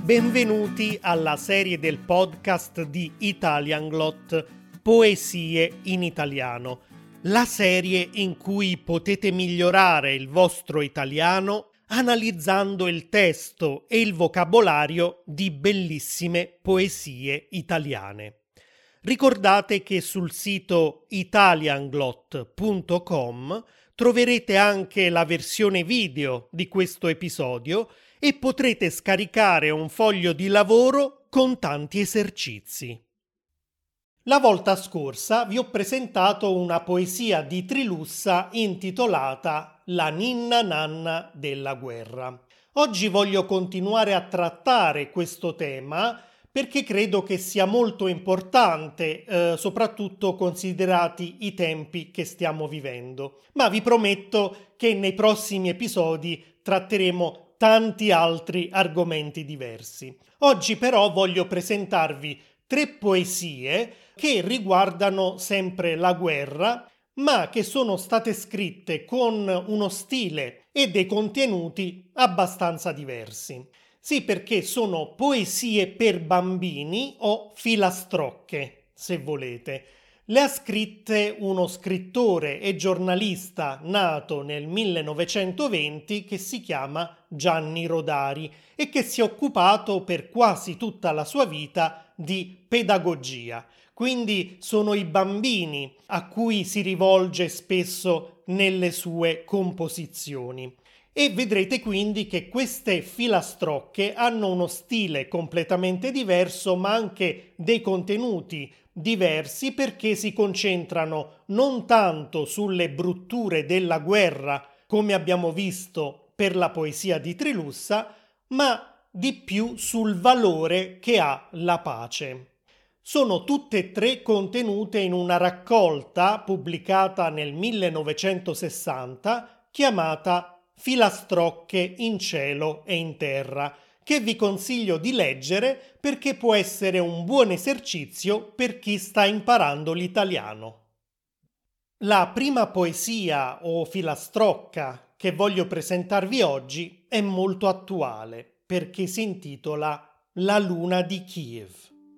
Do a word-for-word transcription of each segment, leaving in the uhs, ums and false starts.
Benvenuti alla serie del podcast di Italianglot, Poesie in italiano, la serie in cui potete migliorare il vostro italiano analizzando il testo e il vocabolario di bellissime poesie italiane. Ricordate che sul sito italianglot punto com troverete anche la versione video di questo episodio e potrete scaricare un foglio di lavoro con tanti esercizi. La volta scorsa vi ho presentato una poesia di Trilussa intitolata La ninna nanna della guerra. Oggi voglio continuare a trattare questo tema perché credo che sia molto importante, eh, soprattutto considerati i tempi che stiamo vivendo. Ma vi prometto che nei prossimi episodi tratteremo tanti altri argomenti diversi. Oggi però voglio presentarvi tre poesie che riguardano sempre la guerra, ma che sono state scritte con uno stile e dei contenuti abbastanza diversi. Sì, perché sono poesie per bambini o filastrocche, se volete. Le ha scritte uno scrittore e giornalista nato nel millenovecentoventi che si chiama Gianni Rodari e che si è occupato per quasi tutta la sua vita di pedagogia. Quindi sono i bambini a cui si rivolge spesso nelle sue composizioni. E vedrete quindi che queste filastrocche hanno uno stile completamente diverso, ma anche dei contenuti diversi perché si concentrano non tanto sulle brutture della guerra, come abbiamo visto per la poesia di Trilussa, ma di più sul valore che ha la pace. Sono tutte e tre contenute in una raccolta pubblicata nel millenovecentosessanta chiamata Filastrocche in cielo e in terra, che vi consiglio di leggere perché può essere un buon esercizio per chi sta imparando l'italiano. La prima poesia o filastrocca che voglio presentarvi oggi è molto attuale perché si intitola La luna di Kiev.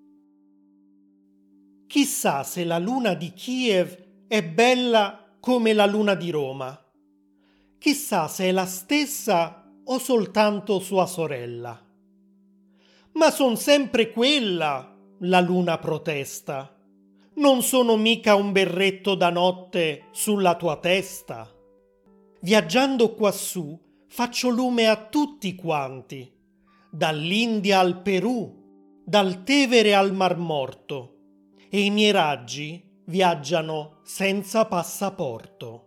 Chissà se la luna di Kiev è bella come la luna di Roma. Chissà se è la stessa o soltanto sua sorella. Ma son sempre quella, la luna protesta. Non sono mica un berretto da notte sulla tua testa. Viaggiando quassù faccio lume a tutti quanti, dall'India al Perù, dal Tevere al Mar Morto, e i miei raggi viaggiano senza passaporto.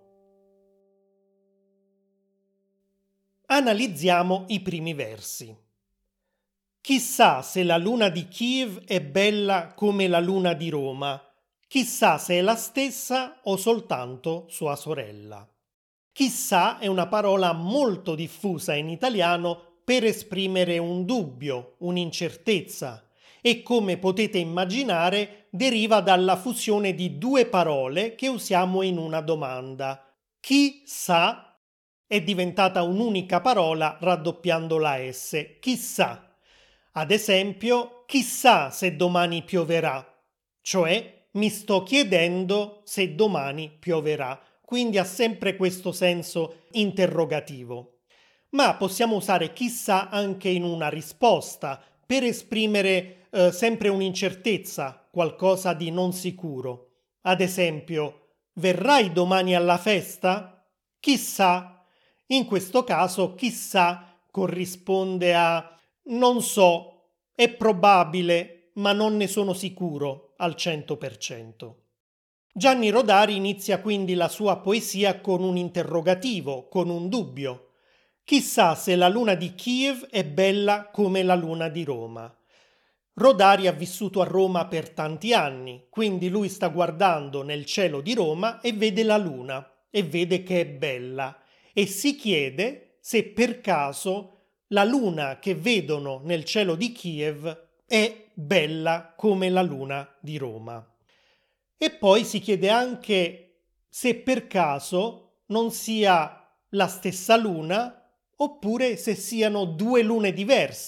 Analizziamo i primi versi. Chissà se la luna di Kiev è bella come la luna di Roma, chissà se è la stessa o soltanto sua sorella. Chissà è una parola molto diffusa in italiano per esprimere un dubbio, un'incertezza, e come potete immaginare deriva dalla fusione di due parole che usiamo in una domanda. Chi sa è diventata un'unica parola raddoppiando la S, chissà. Ad esempio, chissà se domani pioverà, cioè mi sto chiedendo se domani pioverà, quindi ha sempre questo senso interrogativo. Ma possiamo usare chissà anche in una risposta per esprimere eh, sempre un'incertezza, qualcosa di non sicuro. Ad esempio, verrai domani alla festa? Chissà. In questo caso chissà corrisponde a non so, è probabile, ma non ne sono sicuro al cento per cento. Gianni Rodari inizia quindi la sua poesia con un interrogativo, con un dubbio. Chissà se la luna di Kiev è bella come la luna di Roma. Rodari ha vissuto a Roma per tanti anni, quindi lui sta guardando nel cielo di Roma e vede la luna e vede che è bella. E si chiede se per caso la luna che vedono nel cielo di Kiev è bella come la luna di Roma. E poi si chiede anche se per caso non sia la stessa luna oppure se siano due lune diverse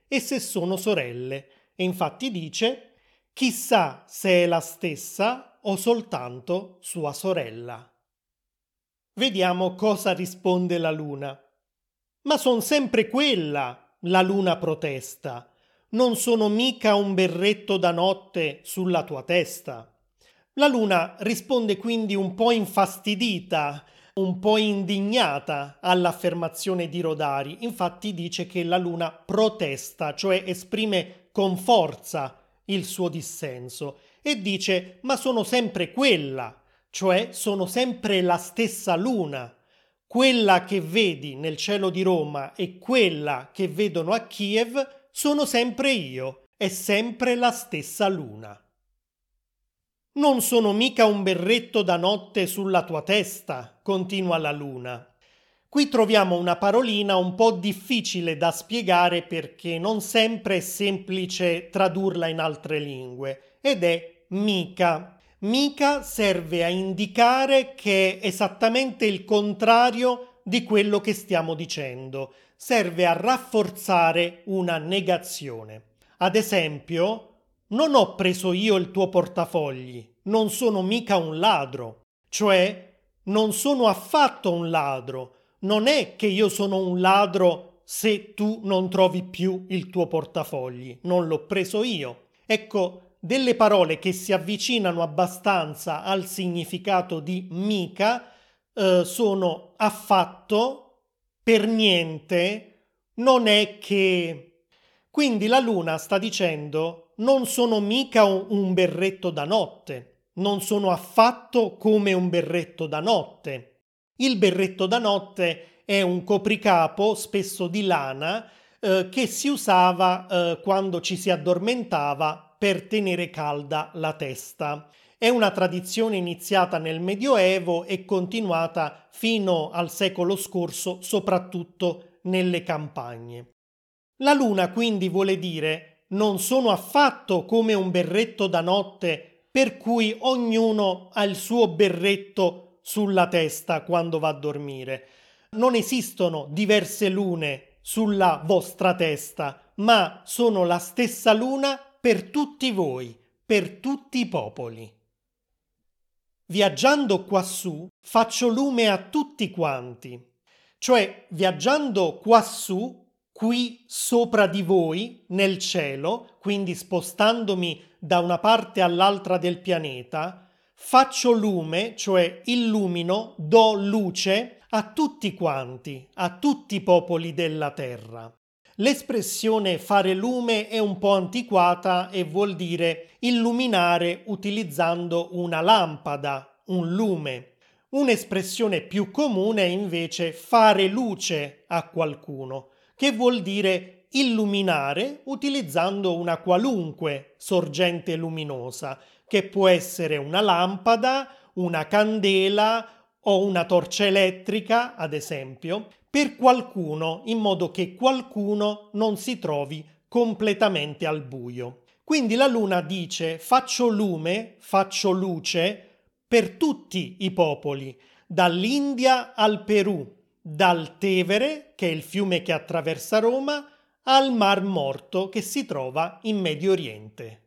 e se sono sorelle. E infatti dice: chissà se è la stessa o soltanto sua sorella. Vediamo cosa risponde la luna. Ma son sempre quella, la luna protesta. Non sono mica un berretto da notte sulla tua testa. La luna risponde quindi un po' infastidita, un po' indignata all'affermazione di Rodari. Infatti dice che la luna protesta, cioè esprime con forza il suo dissenso, e dice: ma sono sempre quella, cioè sono sempre la stessa luna. Quella che vedi nel cielo di Roma e quella che vedono a Kiev sono sempre io, è sempre la stessa luna. Non sono mica un berretto da notte sulla tua testa, continua la luna. Qui troviamo una parolina un po' difficile da spiegare perché non sempre è semplice tradurla in altre lingue, ed è mica. Mica serve a indicare che è esattamente il contrario di quello che stiamo dicendo. Serve a rafforzare una negazione. Ad esempio, non ho preso io il tuo portafogli, non sono mica un ladro. Cioè, non sono affatto un ladro. Non è che io sono un ladro se tu non trovi più il tuo portafogli. Non l'ho preso io. Ecco, delle parole che si avvicinano abbastanza al significato di mica eh, sono affatto, per niente, non è che. Quindi la luna sta dicendo: non sono mica un, un berretto da notte, non sono affatto come un berretto da notte. Il berretto da notte è un copricapo, spesso di lana, eh, che si usava eh, quando ci si addormentava per tenere calda la testa. È una tradizione iniziata nel Medioevo e continuata fino al secolo scorso, soprattutto nelle campagne. La luna quindi vuole dire: non sono affatto come un berretto da notte per cui ognuno ha il suo berretto sulla testa quando va a dormire. Non esistono diverse lune sulla vostra testa, ma sono la stessa luna per tutti voi, per tutti i popoli. Viaggiando quassù faccio lume a tutti quanti. Cioè, viaggiando quassù, qui sopra di voi, nel cielo, quindi spostandomi da una parte all'altra del pianeta, faccio lume, cioè illumino, do luce a tutti quanti, a tutti i popoli della terra. L'espressione fare lume è un po' antiquata e vuol dire illuminare utilizzando una lampada, un lume. Un'espressione più comune è invece fare luce a qualcuno, che vuol dire illuminare utilizzando una qualunque sorgente luminosa, che può essere una lampada, una candela o una torcia elettrica, ad esempio, per qualcuno, in modo che qualcuno non si trovi completamente al buio. Quindi la luna dice: faccio lume, faccio luce per tutti i popoli, dall'India al Perù, dal Tevere, che è il fiume che attraversa Roma, al Mar Morto che si trova in Medio Oriente.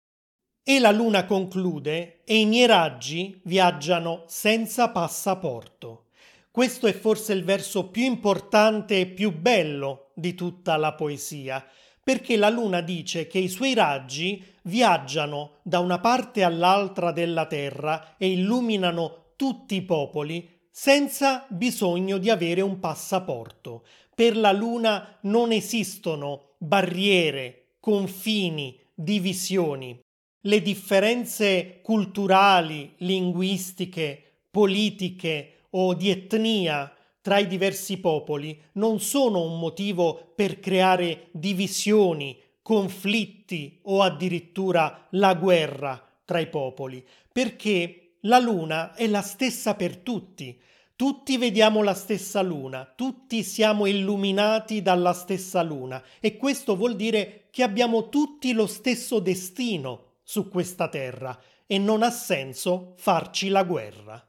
E la luna conclude: e i miei raggi viaggiano senza passaporto. Questo è forse il verso più importante e più bello di tutta la poesia, perché la luna dice che i suoi raggi viaggiano da una parte all'altra della terra e illuminano tutti i popoli senza bisogno di avere un passaporto. Per la luna non esistono barriere, confini, divisioni. Le differenze culturali, linguistiche, politiche o di etnia tra i diversi popoli non sono un motivo per creare divisioni, conflitti o addirittura la guerra tra i popoli, perché la luna è la stessa per tutti. Tutti vediamo la stessa luna, tutti siamo illuminati dalla stessa luna e questo vuol dire che abbiamo tutti lo stesso destino su questa terra e non ha senso farci la guerra.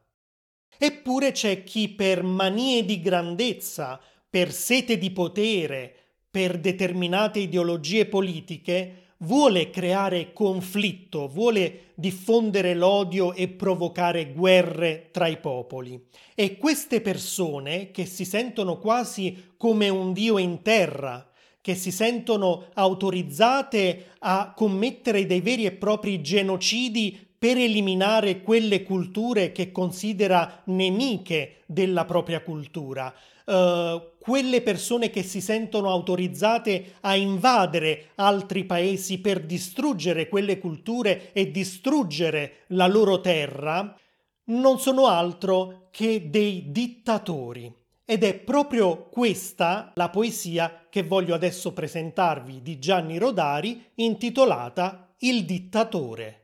Eppure c'è chi per manie di grandezza, per sete di potere, per determinate ideologie politiche vuole creare conflitto, vuole diffondere l'odio e provocare guerre tra i popoli. E queste persone che si sentono quasi come un dio in terra, che si sentono autorizzate a commettere dei veri e propri genocidi per eliminare quelle culture che considera nemiche della propria cultura, Uh, quelle persone che si sentono autorizzate a invadere altri paesi per distruggere quelle culture e distruggere la loro terra, non sono altro che dei dittatori. Ed è proprio questa la poesia che voglio adesso presentarvi di Gianni Rodari, intitolata Il dittatore.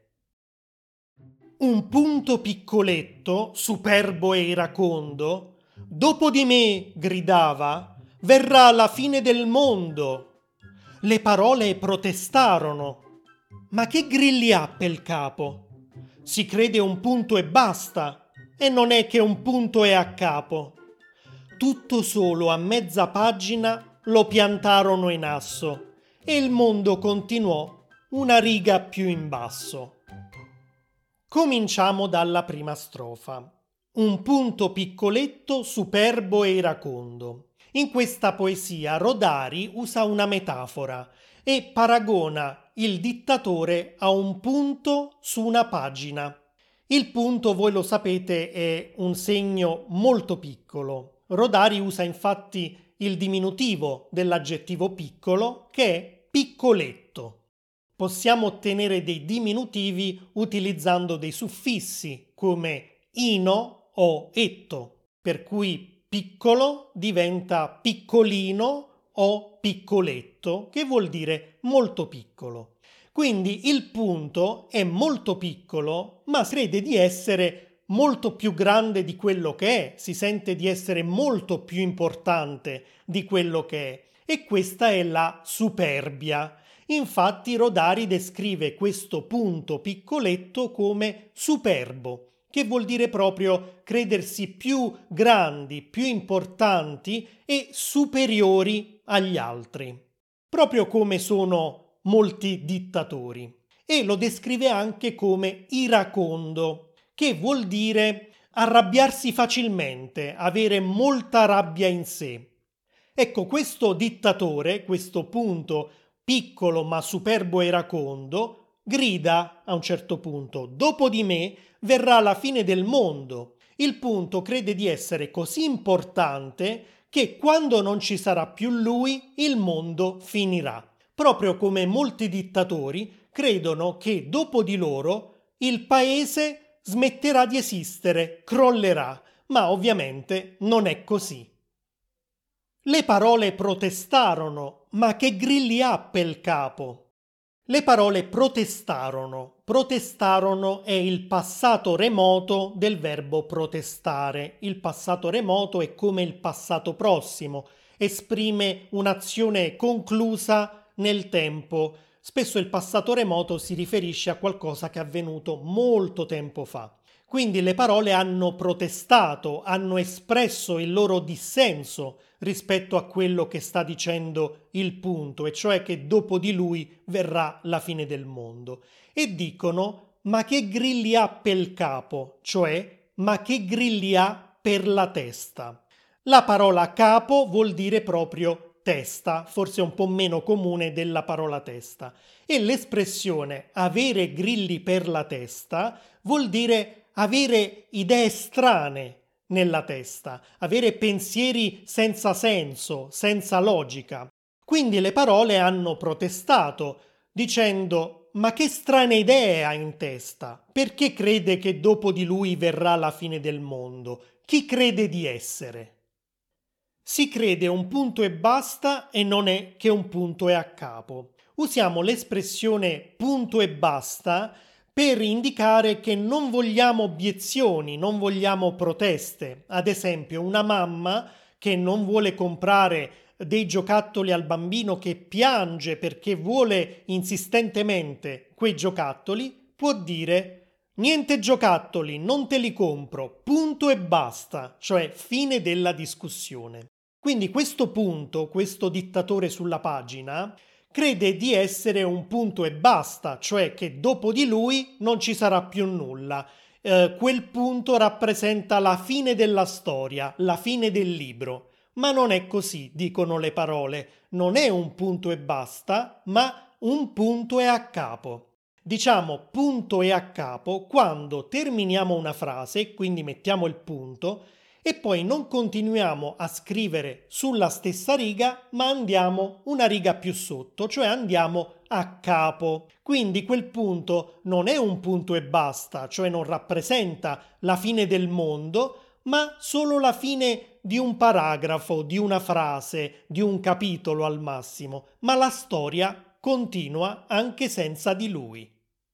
Un punto piccoletto, superbo e iracondo, dopo di me, gridava, verrà la fine del mondo. Le parole protestarono. Ma che grilli ha pel capo? Si crede un punto e basta, e non è che un punto è a capo. Tutto solo a mezza pagina lo piantarono in asso, e il mondo continuò una riga più in basso. Cominciamo dalla prima strofa. Un punto piccoletto, superbo e iracondo. In questa poesia Rodari usa una metafora e paragona il dittatore a un punto su una pagina. Il punto, voi lo sapete, è un segno molto piccolo. Rodari usa infatti il diminutivo dell'aggettivo piccolo, che è piccoletto. Possiamo ottenere dei diminutivi utilizzando dei suffissi come ino o etto, per cui piccolo diventa piccolino o piccoletto, che vuol dire molto piccolo. Quindi il punto è molto piccolo, ma crede di essere molto più grande di quello che è, si sente di essere molto più importante di quello che è. E questa è la superbia. Infatti Rodari descrive questo punto piccoletto come superbo, che vuol dire proprio credersi più grandi, più importanti e superiori agli altri, proprio come sono molti dittatori. E lo descrive anche come iracondo, che vuol dire arrabbiarsi facilmente, avere molta rabbia in sé. Ecco, questo dittatore, questo punto piccolo ma superbo e iracondo, grida a un certo punto: dopo di me verrà la fine del mondo. Il punto crede di essere così importante che quando non ci sarà più lui, il mondo finirà. Proprio come molti dittatori credono che dopo di loro il paese smetterà di esistere, crollerà, ma ovviamente non è così. Le parole protestarono, ma che grilli ha pel capo? Le parole protestarono. Protestarono è il passato remoto del verbo protestare. Il passato remoto è come il passato prossimo, esprime un'azione conclusa nel tempo. Spesso il passato remoto si riferisce a qualcosa che è avvenuto molto tempo fa. Quindi le parole hanno protestato, hanno espresso il loro dissenso rispetto a quello che sta dicendo il punto, e cioè che dopo di lui verrà la fine del mondo. E dicono: ma che grilli ha pel capo? Cioè, ma che grilli ha per la testa? La parola capo vuol dire proprio testa, forse un po' meno comune della parola testa. E l'espressione avere grilli per la testa vuol dire avere idee strane nella testa, avere pensieri senza senso, senza logica. Quindi le parole hanno protestato, dicendo: ma che strane idee ha in testa? Perché crede che dopo di lui verrà la fine del mondo? Chi crede di essere? Si crede un punto e basta e non è che un punto è a capo. Usiamo l'espressione punto e basta per indicare che non vogliamo obiezioni, non vogliamo proteste. Ad esempio, una mamma che non vuole comprare dei giocattoli al bambino, che piange perché vuole insistentemente quei giocattoli, può dire: niente giocattoli, non te li compro, punto e basta, cioè fine della discussione. Quindi questo punto, questo dittatore sulla pagina, crede di essere un punto e basta, cioè che dopo di lui non ci sarà più nulla. Eh, quel punto rappresenta la fine della storia, la fine del libro. Ma non è così, dicono le parole. Non è un punto e basta, ma un punto e a capo. Diciamo punto e a capo quando terminiamo una frase, quindi mettiamo il punto, e poi non continuiamo a scrivere sulla stessa riga, ma andiamo una riga più sotto, cioè andiamo a capo. Quindi quel punto non è un punto e basta, cioè non rappresenta la fine del mondo, ma solo la fine di un paragrafo, di una frase, di un capitolo al massimo, ma la storia continua anche senza di lui.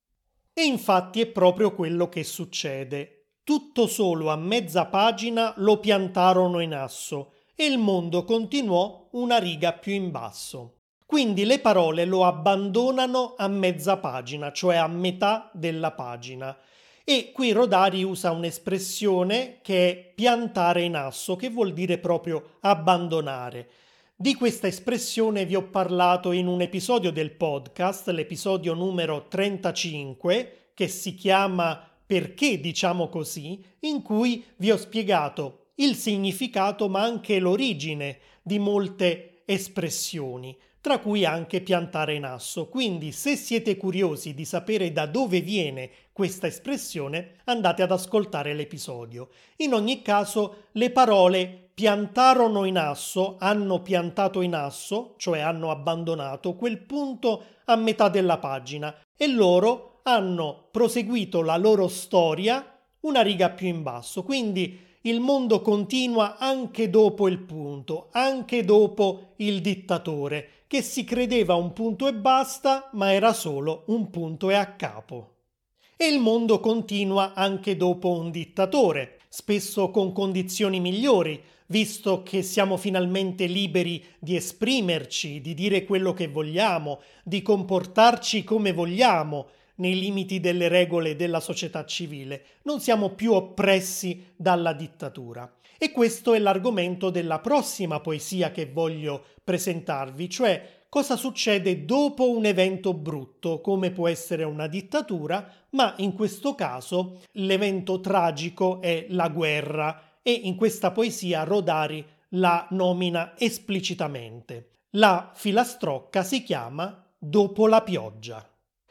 E infatti è proprio quello che succede. Tutto solo a mezza pagina lo piantarono in asso e il mondo continuò una riga più in basso. Quindi le parole lo abbandonano a mezza pagina, cioè a metà della pagina. E qui Rodari usa un'espressione che è piantare in asso, che vuol dire proprio abbandonare. Di questa espressione vi ho parlato in un episodio del podcast, l'episodio numero trentacinque, che si chiama Perché diciamo così, in cui vi ho spiegato il significato ma anche l'origine di molte espressioni, tra cui anche piantare in asso. Quindi se siete curiosi di sapere da dove viene questa espressione, andate ad ascoltare l'episodio. In ogni caso, le parole piantarono in asso, hanno piantato in asso, cioè hanno abbandonato quel punto a metà della pagina e loro hanno proseguito la loro storia una riga più in basso. Quindi il mondo continua anche dopo il punto, anche dopo il dittatore, che si credeva un punto e basta, ma era solo un punto e a capo. E il mondo continua anche dopo un dittatore, spesso con condizioni migliori, visto che siamo finalmente liberi di esprimerci, di dire quello che vogliamo, di comportarci come vogliamo, nei limiti delle regole della società civile. Non siamo più oppressi dalla dittatura. E questo è l'argomento della prossima poesia che voglio presentarvi, cioè cosa succede dopo un evento brutto, come può essere una dittatura, ma in questo caso l'evento tragico è la guerra e in questa poesia Rodari la nomina esplicitamente. La filastrocca si chiama Dopo la pioggia.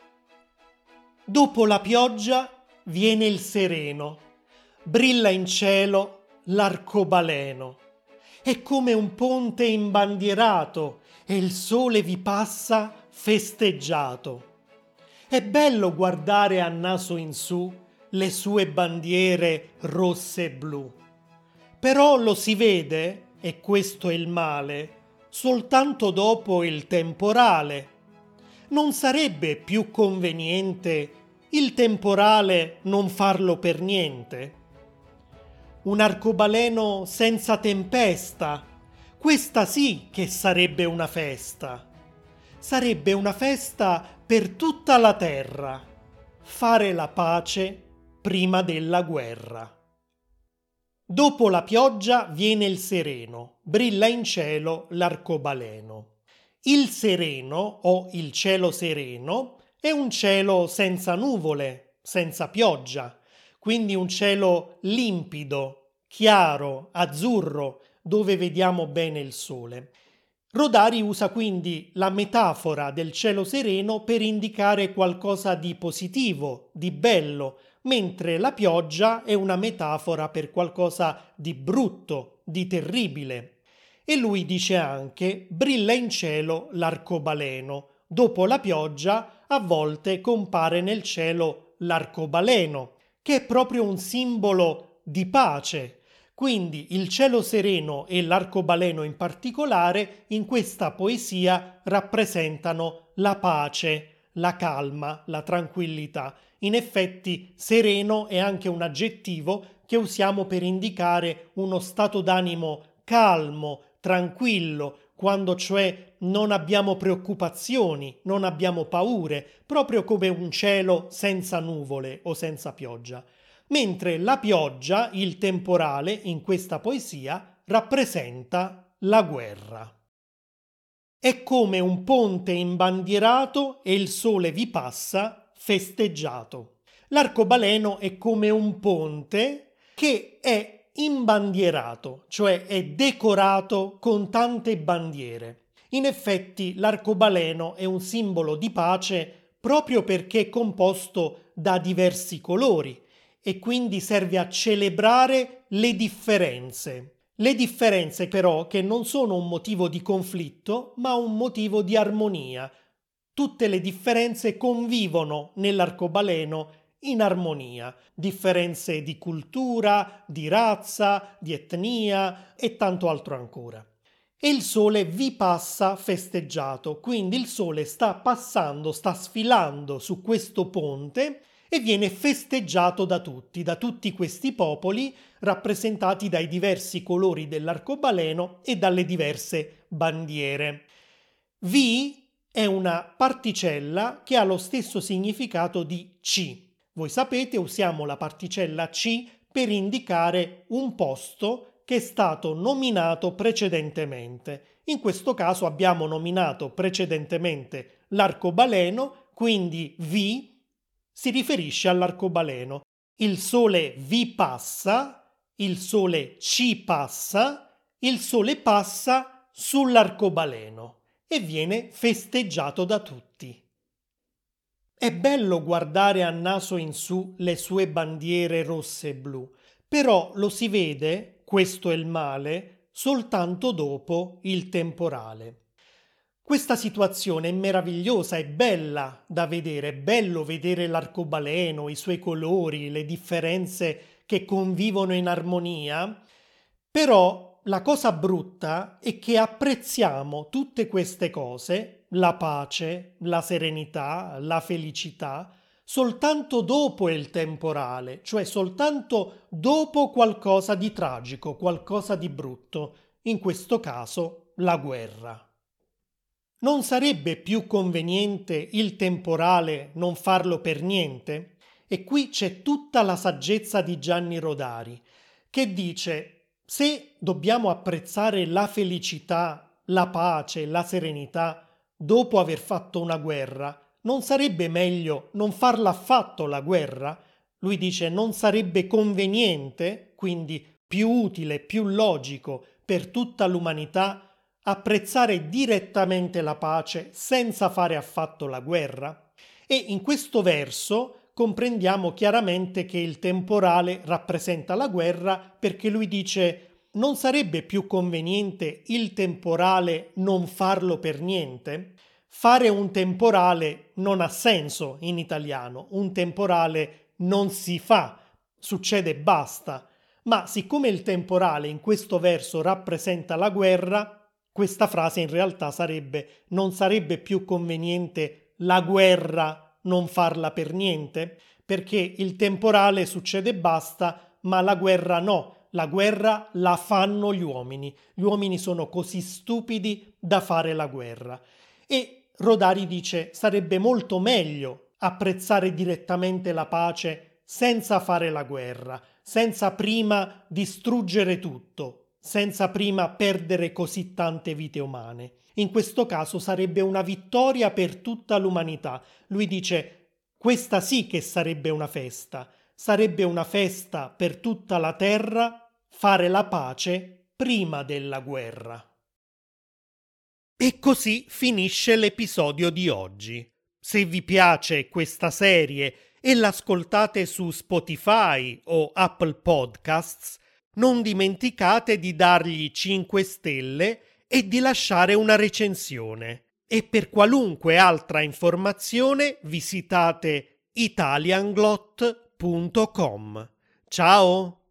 Dopo la pioggia viene il sereno, brilla in cielo l'arcobaleno. È come un ponte imbandierato e il sole vi passa festeggiato. È bello guardare a naso in su le sue bandiere rosse e blu. Però lo si vede, e questo è il male, soltanto dopo il temporale. Non sarebbe più conveniente il temporale non farlo per niente? Un arcobaleno senza tempesta, questa sì che sarebbe una festa. Sarebbe una festa per tutta la terra, fare la pace prima della guerra. Dopo la pioggia viene il sereno, brilla in cielo l'arcobaleno. Il sereno o il cielo sereno è un cielo senza nuvole, senza pioggia, quindi un cielo limpido, chiaro, azzurro, dove vediamo bene il sole. Rodari usa quindi la metafora del cielo sereno per indicare qualcosa di positivo, di bello, mentre la pioggia è una metafora per qualcosa di brutto, di terribile. E lui dice anche brilla in cielo l'arcobaleno. Dopo la pioggia a volte compare nel cielo l'arcobaleno, che è proprio un simbolo di pace. Quindi il cielo sereno e l'arcobaleno in particolare in questa poesia rappresentano la pace, la calma, la tranquillità. In effetti sereno è anche un aggettivo che usiamo per indicare uno stato d'animo calmo, tranquillo, quando cioè non abbiamo preoccupazioni, non abbiamo paure, proprio come un cielo senza nuvole o senza pioggia. Mentre la pioggia, il temporale, in questa poesia rappresenta la guerra. È come un ponte imbandierato e il sole vi passa festeggiato. L'arcobaleno è come un ponte che è imbandierato, cioè è decorato con tante bandiere. In effetti l'arcobaleno è un simbolo di pace proprio perché è composto da diversi colori e quindi serve a celebrare le differenze. Le differenze però che non sono un motivo di conflitto, ma un motivo di armonia. Tutte le differenze convivono nell'arcobaleno in armonia. Differenze di cultura, di razza, di etnia e tanto altro ancora. E il sole vi passa festeggiato, quindi il sole sta passando, sta sfilando su questo ponte e viene festeggiato da tutti, da tutti questi popoli rappresentati dai diversi colori dell'arcobaleno e dalle diverse bandiere. Vi è una particella che ha lo stesso significato di ci. Voi sapete, usiamo la particella ci per indicare un posto che è stato nominato precedentemente. In questo caso abbiamo nominato precedentemente l'arcobaleno, quindi vi si riferisce all'arcobaleno. Il sole vi passa, il sole ci passa, il sole passa sull'arcobaleno e viene festeggiato da tutti. È bello guardare a naso in su le sue bandiere rosse e blu, però lo si vede, questo è il male, soltanto dopo il temporale. Questa situazione è meravigliosa, è bella da vedere, è bello vedere l'arcobaleno, i suoi colori, le differenze che convivono in armonia, però la cosa brutta è che apprezziamo tutte queste cose, la pace, la serenità, la felicità, soltanto dopo il temporale, cioè soltanto dopo qualcosa di tragico, qualcosa di brutto, in questo caso la guerra. Non sarebbe più conveniente il temporale non farlo per niente? E qui c'è tutta la saggezza di Gianni Rodari, che dice: se dobbiamo apprezzare la felicità, la pace, la serenità dopo aver fatto una guerra, non sarebbe meglio non farla affatto la guerra? Lui dice: non sarebbe conveniente, quindi più utile, più logico per tutta l'umanità apprezzare direttamente la pace senza fare affatto la guerra? E in questo verso comprendiamo chiaramente che il temporale rappresenta la guerra, perché lui dice: non sarebbe più conveniente il temporale non farlo per niente? Fare un temporale non ha senso in italiano, un temporale non si fa, succede e basta, ma siccome il temporale in questo verso rappresenta la guerra, questa frase in realtà sarebbe: non sarebbe più conveniente la guerra non farla per niente? Perché il temporale succede e basta, ma la guerra no. La guerra la fanno gli uomini. Gli uomini sono così stupidi da fare la guerra. E Rodari dice: sarebbe molto meglio apprezzare direttamente la pace senza fare la guerra, senza prima distruggere tutto, senza prima perdere così tante vite umane. In questo caso sarebbe una vittoria per tutta l'umanità. Lui dice: questa sì che sarebbe una festa. Sarebbe una festa per tutta la terra fare la pace prima della guerra. E così finisce l'episodio di oggi. Se vi piace questa serie e l'ascoltate su Spotify o Apple Podcasts, non dimenticate di dargli cinque stelle e di lasciare una recensione. E per qualunque altra informazione visitate italianglot punto com. Ciao!